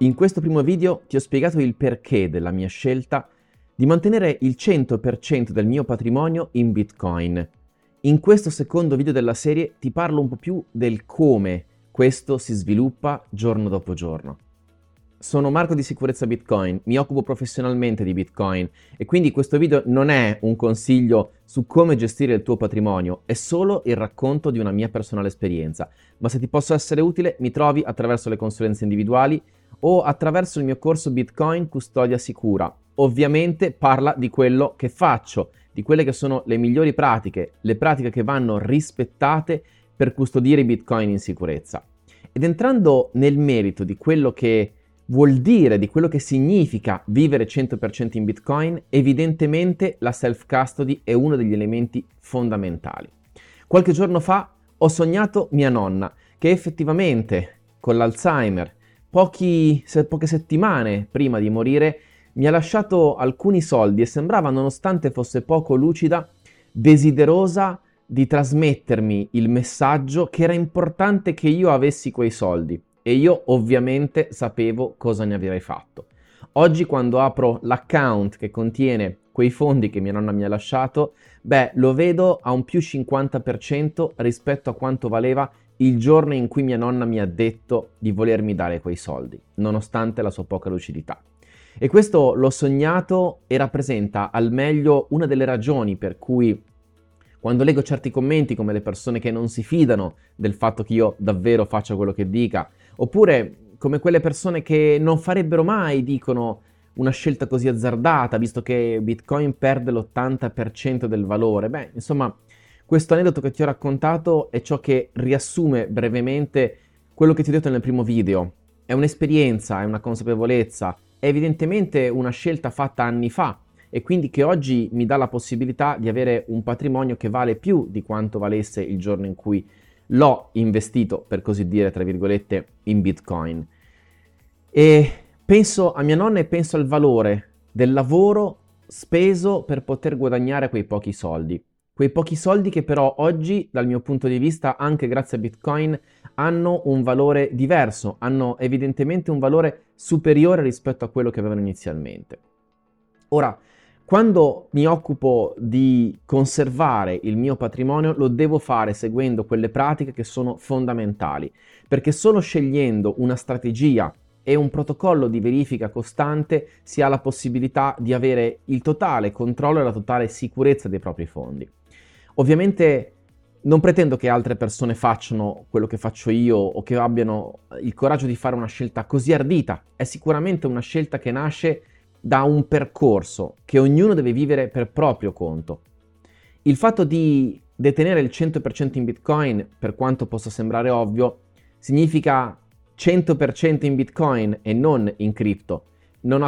In questo primo video ti ho spiegato il perché della mia scelta di mantenere il 100% del mio patrimonio in Bitcoin. In questo secondo video della serie ti parlo un po' più del come questo si sviluppa giorno dopo giorno. Sono Marco di Sicurezza Bitcoin, mi occupo professionalmente di Bitcoin e quindi questo video non è un consiglio su come gestire il tuo patrimonio, è solo il racconto di una mia personale esperienza. Ma se ti posso essere utile, mi trovi attraverso le consulenze individuali o attraverso il mio corso Bitcoin Custodia Sicura. Ovviamente parla di quello che faccio, di quelle che sono le migliori pratiche, le pratiche che vanno rispettate per custodire i Bitcoin in sicurezza. Ed entrando nel merito di quello che vuol dire, di quello che significa vivere 100% in Bitcoin, evidentemente la self-custody è uno degli elementi fondamentali. Qualche giorno fa ho sognato mia nonna, che effettivamente con l'Alzheimer, poche settimane prima di morire, mi ha lasciato alcuni soldi e sembrava, nonostante fosse poco lucida, desiderosa di trasmettermi il messaggio che era importante che io avessi quei soldi. E io ovviamente sapevo cosa ne avrei fatto. Oggi quando apro l'account che contiene quei fondi che mia nonna mi ha lasciato, lo vedo a un più 50% rispetto a quanto valeva il giorno in cui mia nonna mi ha detto di volermi dare quei soldi, nonostante la sua poca lucidità. E questo l'ho sognato e rappresenta al meglio una delle ragioni per cui quando leggo certi commenti come le persone che non si fidano del fatto che io davvero faccia quello che dica, oppure come quelle persone che non farebbero mai, dicono, una scelta così azzardata, visto che Bitcoin perde l'80% del valore. Insomma, questo aneddoto che ti ho raccontato è ciò che riassume brevemente quello che ti ho detto nel primo video. È un'esperienza, è una consapevolezza, è evidentemente una scelta fatta anni fa e quindi che oggi mi dà la possibilità di avere un patrimonio che vale più di quanto valesse il giorno in cui l'ho investito, per così dire, tra virgolette, in Bitcoin. E penso a mia nonna e penso al valore del lavoro speso per poter guadagnare quei pochi soldi. Quei pochi soldi che però oggi, dal mio punto di vista, anche grazie a Bitcoin, hanno un valore diverso, hanno evidentemente un valore superiore rispetto a quello che avevano inizialmente. Ora, quando mi occupo di conservare il mio patrimonio, lo devo fare seguendo quelle pratiche che sono fondamentali, perché solo scegliendo una strategia e un protocollo di verifica costante si ha la possibilità di avere il totale controllo e la totale sicurezza dei propri fondi. Ovviamente non pretendo che altre persone facciano quello che faccio io o che abbiano il coraggio di fare una scelta così ardita. È sicuramente una scelta che nasce da un percorso che ognuno deve vivere per proprio conto. Il fatto di detenere il 100% in Bitcoin, per quanto possa sembrare ovvio, significa 100% in Bitcoin e non in cripto. Non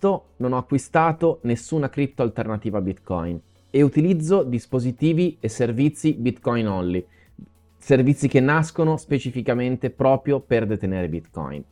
ho acquistato nessuna cripto alternativa a Bitcoin e utilizzo dispositivi e servizi Bitcoin only, servizi che nascono specificamente proprio per detenere Bitcoin.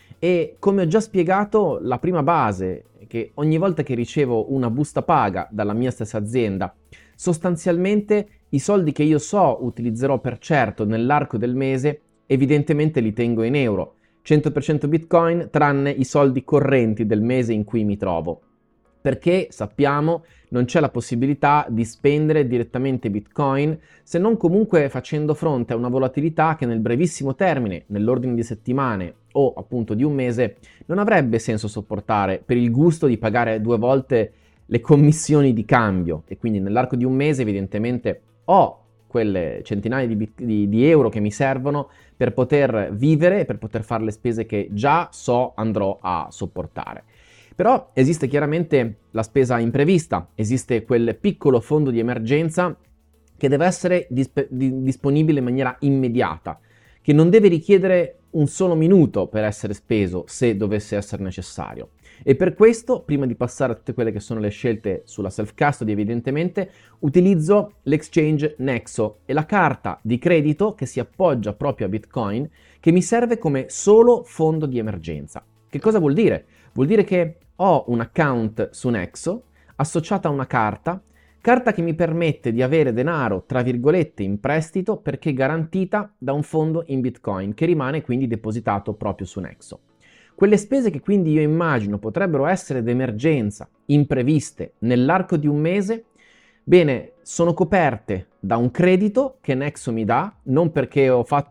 E come ho già spiegato, la prima base è che ogni volta che ricevo una busta paga dalla mia stessa azienda, sostanzialmente i soldi che io so utilizzerò per certo nell'arco del mese, evidentemente li tengo in euro, 100% Bitcoin tranne i soldi correnti del mese in cui mi trovo. Perché sappiamo non c'è la possibilità di spendere direttamente Bitcoin se non comunque facendo fronte a una volatilità che nel brevissimo termine, nell'ordine di settimane o appunto di un mese, non avrebbe senso sopportare per il gusto di pagare 2 volte le commissioni di cambio e quindi nell'arco di un mese evidentemente ho quelle centinaia di euro che mi servono per poter vivere e per poter fare le spese che già so andrò a sopportare. Però esiste chiaramente la spesa imprevista, esiste quel piccolo fondo di emergenza che deve essere disponibile in maniera immediata, che non deve richiedere un solo minuto per essere speso se dovesse essere necessario. E per questo, prima di passare a tutte quelle che sono le scelte sulla self-custody, evidentemente, utilizzo l'exchange Nexo e la carta di credito che si appoggia proprio a Bitcoin, che mi serve come solo fondo di emergenza. Che cosa vuol dire? Vuol dire che ho un account su Nexo associata a una carta che mi permette di avere denaro, tra virgolette, in prestito perché garantita da un fondo in Bitcoin che rimane quindi depositato proprio su Nexo. Quelle spese che quindi io immagino potrebbero essere d'emergenza, impreviste, nell'arco di un mese, bene, sono coperte da un credito che Nexo mi dà, non perché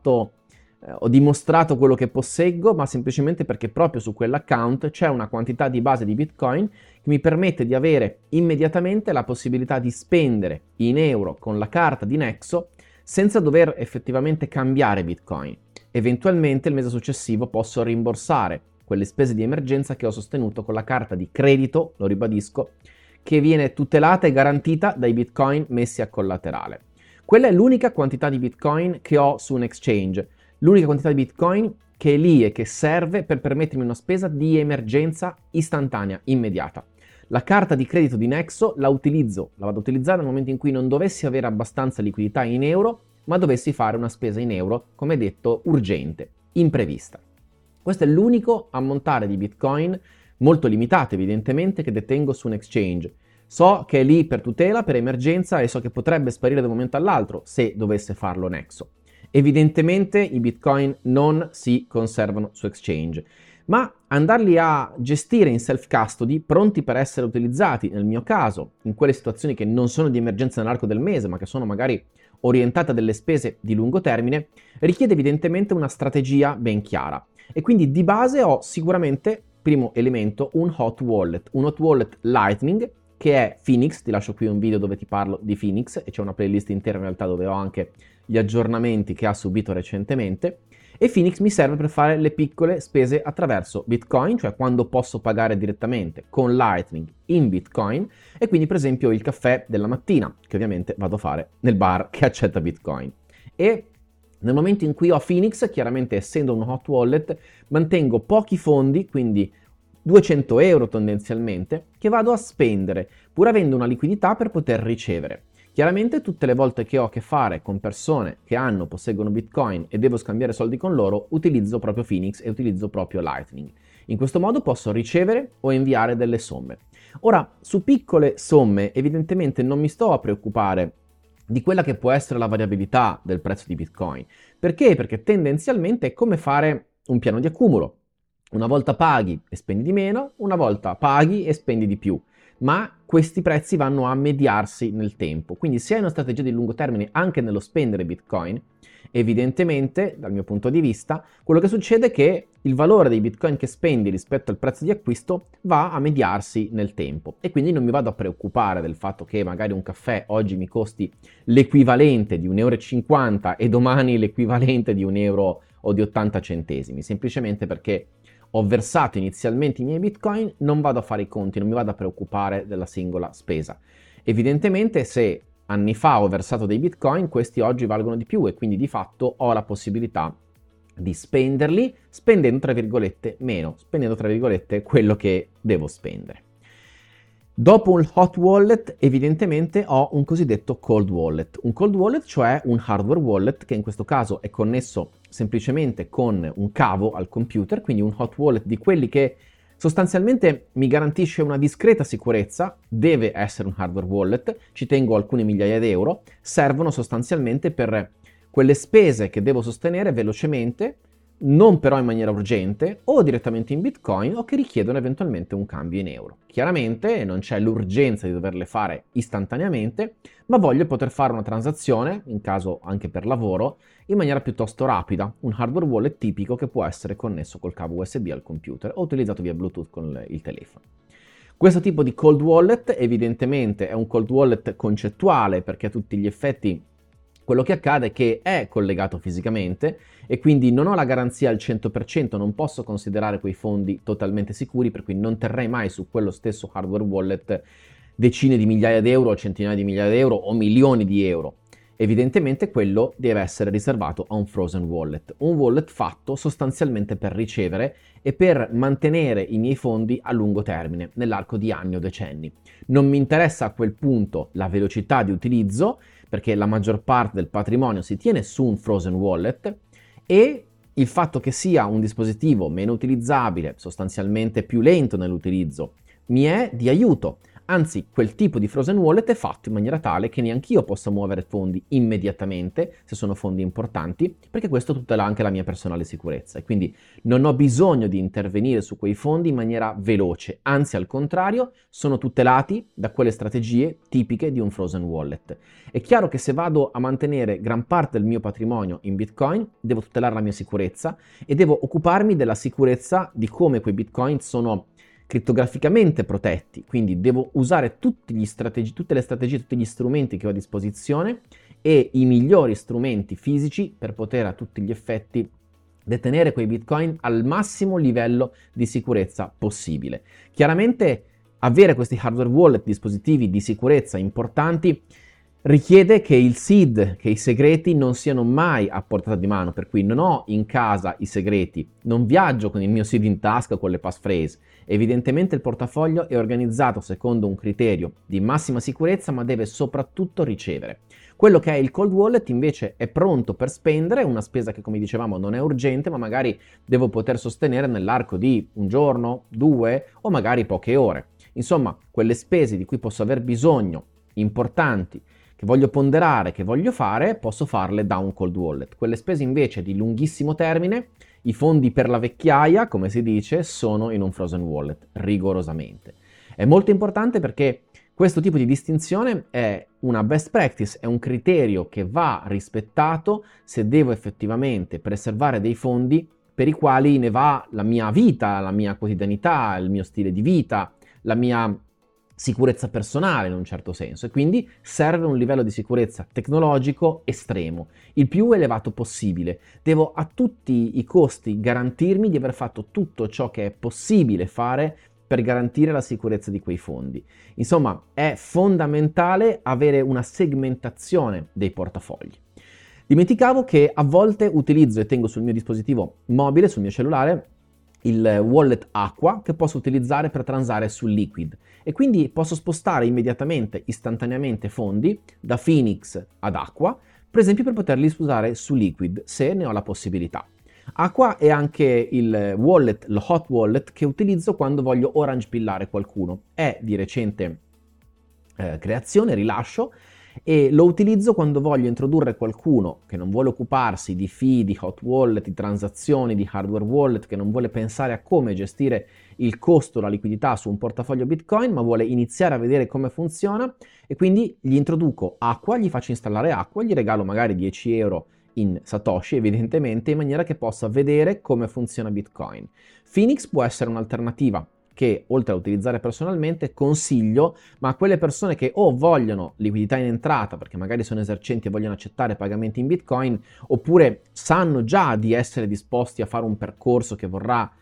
ho dimostrato quello che posseggo, ma semplicemente perché proprio su quell'account c'è una quantità di base di Bitcoin che mi permette di avere immediatamente la possibilità di spendere in euro con la carta di Nexo senza dover effettivamente cambiare Bitcoin. Eventualmente il mese successivo posso rimborsare quelle spese di emergenza che ho sostenuto con la carta di credito, lo ribadisco, che viene tutelata e garantita dai Bitcoin messi a collaterale. Quella è l'unica quantità di Bitcoin che ho su un exchange, l'unica quantità di Bitcoin che è lì e che serve per permettermi una spesa di emergenza istantanea, immediata. La carta di credito di Nexo la vado a utilizzare nel momento in cui non dovessi avere abbastanza liquidità in euro, ma dovessi fare una spesa in euro, come detto, urgente, imprevista. Questo è l'unico ammontare di Bitcoin, molto limitato evidentemente, che detengo su un exchange. So che è lì per tutela, per emergenza e so che potrebbe sparire da un momento all'altro se dovesse farlo Nexo. Evidentemente i Bitcoin non si conservano su exchange, ma andarli a gestire in self-custody, pronti per essere utilizzati, nel mio caso, in quelle situazioni che non sono di emergenza nell'arco del mese, ma che sono magari orientate a delle spese di lungo termine, richiede evidentemente una strategia ben chiara. E quindi di base ho sicuramente, primo elemento, un hot wallet Lightning, che è Phoenix. Ti lascio qui un video dove ti parlo di Phoenix e c'è una playlist intera in realtà dove ho anche gli aggiornamenti che ha subito recentemente. E Phoenix mi serve per fare le piccole spese attraverso Bitcoin, cioè quando posso pagare direttamente con Lightning in Bitcoin, e quindi per esempio il caffè della mattina, che ovviamente vado a fare nel bar che accetta Bitcoin. E nel momento in cui ho Phoenix, chiaramente essendo un hot wallet, mantengo pochi fondi, quindi 200 euro tendenzialmente, che vado a spendere, pur avendo una liquidità per poter ricevere. Chiaramente tutte le volte che ho a che fare con persone che posseggono Bitcoin e devo scambiare soldi con loro, utilizzo proprio Phoenix e utilizzo proprio Lightning. In questo modo posso ricevere o inviare delle somme. Ora, su piccole somme, evidentemente non mi sto a preoccupare di quella che può essere la variabilità del prezzo di Bitcoin. Perché? Perché tendenzialmente è come fare un piano di accumulo. Una volta paghi e spendi di meno, una volta paghi e spendi di più. Ma questi prezzi vanno a mediarsi nel tempo. Quindi se hai una strategia di lungo termine anche nello spendere Bitcoin, evidentemente, dal mio punto di vista, quello che succede è che il valore dei Bitcoin che spendi rispetto al prezzo di acquisto va a mediarsi nel tempo. E quindi non mi vado a preoccupare del fatto che magari un caffè oggi mi costi l'equivalente di 1,50 euro e domani l'equivalente di 1 euro o di 80 centesimi, semplicemente perché ho versato inizialmente i miei Bitcoin, non vado a fare i conti, non mi vado a preoccupare della singola spesa. Evidentemente se anni fa ho versato dei Bitcoin, questi oggi valgono di più e quindi di fatto ho la possibilità di spenderli spendendo tra virgolette meno, spendendo tra virgolette quello che devo spendere. Dopo un hot wallet evidentemente ho un cosiddetto cold wallet. Un cold wallet, cioè un hardware wallet, che in questo caso è connesso semplicemente con un cavo al computer, quindi un hot wallet di quelli che sostanzialmente mi garantisce una discreta sicurezza, deve essere un hardware wallet, ci tengo alcune migliaia di euro, servono sostanzialmente per quelle spese che devo sostenere velocemente, non però in maniera urgente, o direttamente in Bitcoin, o che richiedono eventualmente un cambio in euro. Chiaramente non c'è l'urgenza di doverle fare istantaneamente, ma voglio poter fare una transazione, in caso anche per lavoro, in maniera piuttosto rapida, un hardware wallet tipico che può essere connesso col cavo USB al computer o utilizzato via Bluetooth con il telefono. Questo tipo di cold wallet evidentemente è un cold wallet concettuale, perché a tutti gli effetti quello che accade è che è collegato fisicamente e quindi non ho la garanzia al 100%, non posso considerare quei fondi totalmente sicuri, per cui non terrei mai su quello stesso hardware wallet decine di migliaia di euro, centinaia di migliaia di euro o milioni di euro. Evidentemente quello deve essere riservato a un frozen wallet, un wallet fatto sostanzialmente per ricevere e per mantenere i miei fondi a lungo termine, nell'arco di anni o decenni. Non mi interessa a quel punto la velocità di utilizzo, perché la maggior parte del patrimonio si tiene su un frozen wallet, e il fatto che sia un dispositivo meno utilizzabile, sostanzialmente più lento nell'utilizzo, mi è di aiuto, Anzi, quel tipo di frozen wallet è fatto in maniera tale che neanch'io possa muovere fondi immediatamente, se sono fondi importanti, perché questo tutela anche la mia personale sicurezza e quindi non ho bisogno di intervenire su quei fondi in maniera veloce, anzi al contrario, sono tutelati da quelle strategie tipiche di un frozen wallet. È chiaro che se vado a mantenere gran parte del mio patrimonio in Bitcoin, devo tutelare la mia sicurezza e devo occuparmi della sicurezza di come quei Bitcoin sono crittograficamente protetti, quindi devo usare tutte le strategie, tutti gli strumenti che ho a disposizione e i migliori strumenti fisici per poter a tutti gli effetti detenere quei Bitcoin al massimo livello di sicurezza possibile. Chiaramente avere questi hardware wallet, dispositivi di sicurezza importanti, richiede che il seed, che i segreti non siano mai a portata di mano, per cui non ho in casa i segreti, non viaggio con il mio seed in tasca o con le passphrase. Evidentemente il portafoglio è organizzato secondo un criterio di massima sicurezza, ma deve soprattutto ricevere. Quello che è il cold wallet invece è pronto per spendere, una spesa che come dicevamo non è urgente, ma magari devo poter sostenere nell'arco di un giorno, 2 o magari poche ore. Insomma, quelle spese di cui posso aver bisogno, importanti, che voglio ponderare, che voglio fare, posso farle da un cold wallet. Quelle spese invece di lunghissimo termine, i fondi per la vecchiaia, come si dice, sono in un frozen wallet, rigorosamente. È molto importante perché questo tipo di distinzione è una best practice, è un criterio che va rispettato se devo effettivamente preservare dei fondi per i quali ne va la mia vita, la mia quotidianità, il mio stile di vita, la mia sicurezza personale in un certo senso e quindi serve un livello di sicurezza tecnologico estremo, il più elevato possibile. Devo a tutti i costi garantirmi di aver fatto tutto ciò che è possibile fare per garantire la sicurezza di quei fondi. Insomma, è fondamentale avere una segmentazione dei portafogli. Dimenticavo che a volte utilizzo e tengo sul mio dispositivo mobile, sul mio cellulare, il wallet Aqua che posso utilizzare per transare su Liquid e quindi posso spostare immediatamente, istantaneamente fondi da Phoenix ad Aqua, per esempio per poterli usare su Liquid se ne ho la possibilità. Aqua è anche il wallet, lo hot wallet che utilizzo quando voglio orange pillare qualcuno. È di recente creazione, rilascio, e lo utilizzo quando voglio introdurre qualcuno che non vuole occuparsi di fee, di hot wallet, di transazioni, di hardware wallet, che non vuole pensare a come gestire il costo, la liquidità su un portafoglio Bitcoin, ma vuole iniziare a vedere come funziona e quindi gli introduco Aqua, gli faccio installare Aqua, gli regalo magari 10 euro in Satoshi evidentemente in maniera che possa vedere come funziona Bitcoin. Phoenix può essere un'alternativa che oltre a utilizzare personalmente consiglio, ma a quelle persone che o vogliono liquidità in entrata perché magari sono esercenti e vogliono accettare pagamenti in Bitcoin, oppure sanno già di essere disposti a fare un percorso che vorrà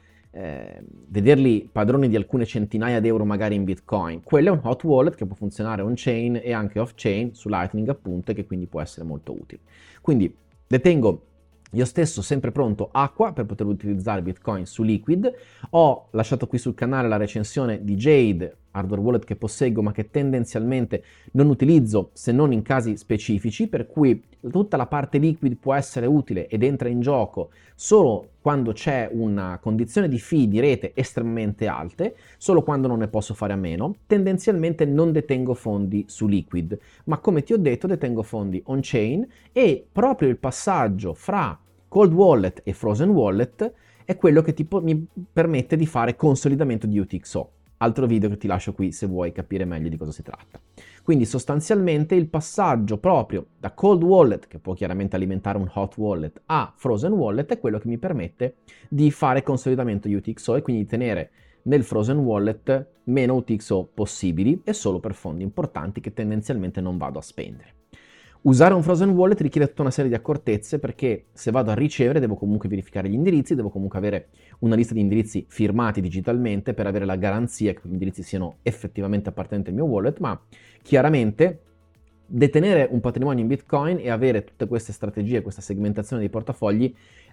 vederli padroni di alcune centinaia di euro magari in Bitcoin. Quello è un hot wallet che può funzionare on-chain e anche off-chain su Lightning appunto e che quindi può essere molto utile. Quindi detengo io stesso sempre pronto Aqua per poter utilizzare Bitcoin su Liquid. Ho lasciato qui sul canale la recensione di Jade, hardware wallet che posseggo ma che tendenzialmente non utilizzo se non in casi specifici, per cui tutta la parte Liquid può essere utile ed entra in gioco solo quando c'è una condizione di fee di rete estremamente alte, solo quando non ne posso fare a meno. Tendenzialmente non detengo fondi su Liquid, ma come ti ho detto detengo fondi on-chain e proprio il passaggio fra cold wallet e frozen wallet è quello che mi permette di fare consolidamento di UTXO. Altro video che ti lascio qui se vuoi capire meglio di cosa si tratta. Quindi sostanzialmente il passaggio proprio da cold wallet, che può chiaramente alimentare un hot wallet, a frozen wallet è quello che mi permette di fare consolidamento UTXO e quindi di tenere nel frozen wallet meno UTXO possibili e solo per fondi importanti che tendenzialmente non vado a spendere. Usare un frozen wallet richiede tutta una serie di accortezze perché se vado a ricevere devo comunque verificare gli indirizzi, devo comunque avere una lista di indirizzi firmati digitalmente per avere la garanzia che gli indirizzi siano effettivamente appartenenti al mio wallet, ma chiaramente detenere un patrimonio in Bitcoin e avere tutte queste strategie, questa segmentazione dei portafogli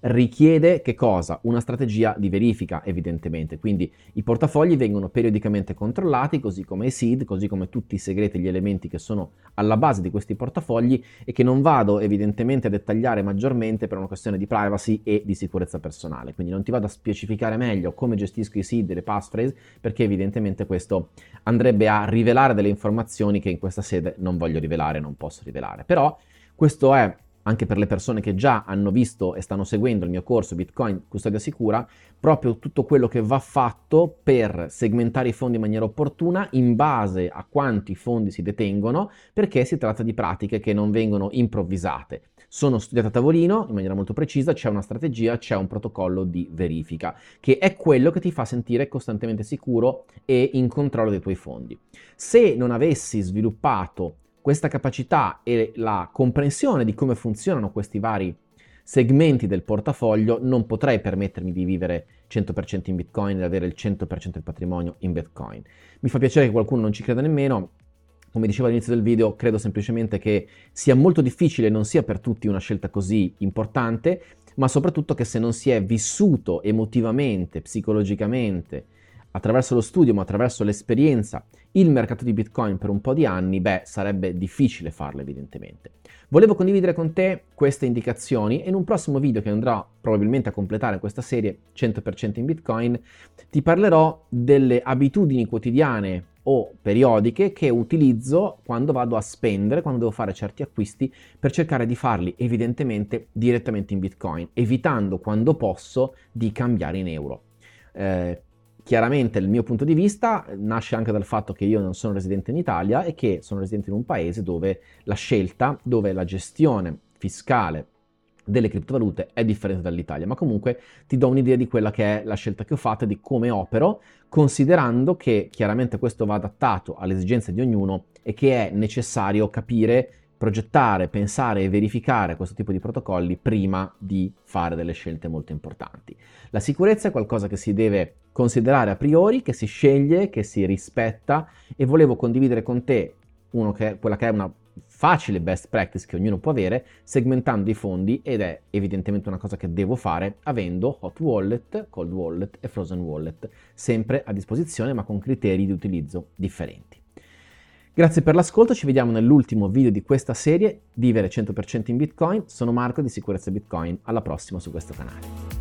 richiede che cosa? Una strategia di verifica, evidentemente. Quindi i portafogli vengono periodicamente controllati, così come i seed, così come tutti i segreti e gli elementi che sono alla base di questi portafogli e che non vado evidentemente a dettagliare maggiormente per una questione di privacy e di sicurezza personale. Quindi non ti vado a specificare meglio come gestisco i seed e le passphrase, perché evidentemente questo andrebbe a rivelare delle informazioni che in questa sede non voglio rivelare, non posso rivelare. Però questo è anche per le persone che già hanno visto e stanno seguendo il mio corso Bitcoin Custodia Sicura, proprio tutto quello che va fatto per segmentare i fondi in maniera opportuna in base a quanti fondi si detengono, perché si tratta di pratiche che non vengono improvvisate. Sono studiate a tavolino in maniera molto precisa, c'è una strategia, c'è un protocollo di verifica, che è quello che ti fa sentire costantemente sicuro e in controllo dei tuoi fondi. Se non avessi sviluppato questa capacità e la comprensione di come funzionano questi vari segmenti del portafoglio, non potrei permettermi di vivere 100% in Bitcoin e avere il 100% del patrimonio in Bitcoin. Mi fa piacere che qualcuno non ci creda nemmeno. Come dicevo all'inizio del video, credo semplicemente che sia molto difficile, non sia per tutti una scelta così importante, ma soprattutto che se non si è vissuto emotivamente, psicologicamente, attraverso lo studio, ma attraverso l'esperienza, il mercato di Bitcoin per un po' di anni, sarebbe difficile farlo evidentemente. Volevo condividere con te queste indicazioni e in un prossimo video che andrò probabilmente a completare questa serie 100% in Bitcoin, ti parlerò delle abitudini quotidiane o periodiche che utilizzo quando vado a spendere, quando devo fare certi acquisti, per cercare di farli evidentemente direttamente in Bitcoin, evitando quando posso di cambiare in euro. Chiaramente il mio punto di vista nasce anche dal fatto che io non sono residente in Italia e che sono residente in un paese dove la scelta, dove la gestione fiscale delle criptovalute è differente dall'Italia, ma comunque ti do un'idea di quella che è la scelta che ho fatto e di come opero, considerando che chiaramente questo va adattato alle esigenze di ognuno e che è necessario capire, progettare, pensare e verificare questo tipo di protocolli prima di fare delle scelte molto importanti. La sicurezza è qualcosa che si deve considerare a priori, che si sceglie, che si rispetta, e volevo condividere con te quella che è una facile best practice che ognuno può avere, segmentando i fondi, ed è evidentemente una cosa che devo fare avendo hot wallet, cold wallet e frozen wallet sempre a disposizione, ma con criteri di utilizzo differenti. Grazie per l'ascolto, ci vediamo nell'ultimo video di questa serie, Vivere 100% in Bitcoin. Sono Marco di Sicurezza Bitcoin, alla prossima su questo canale.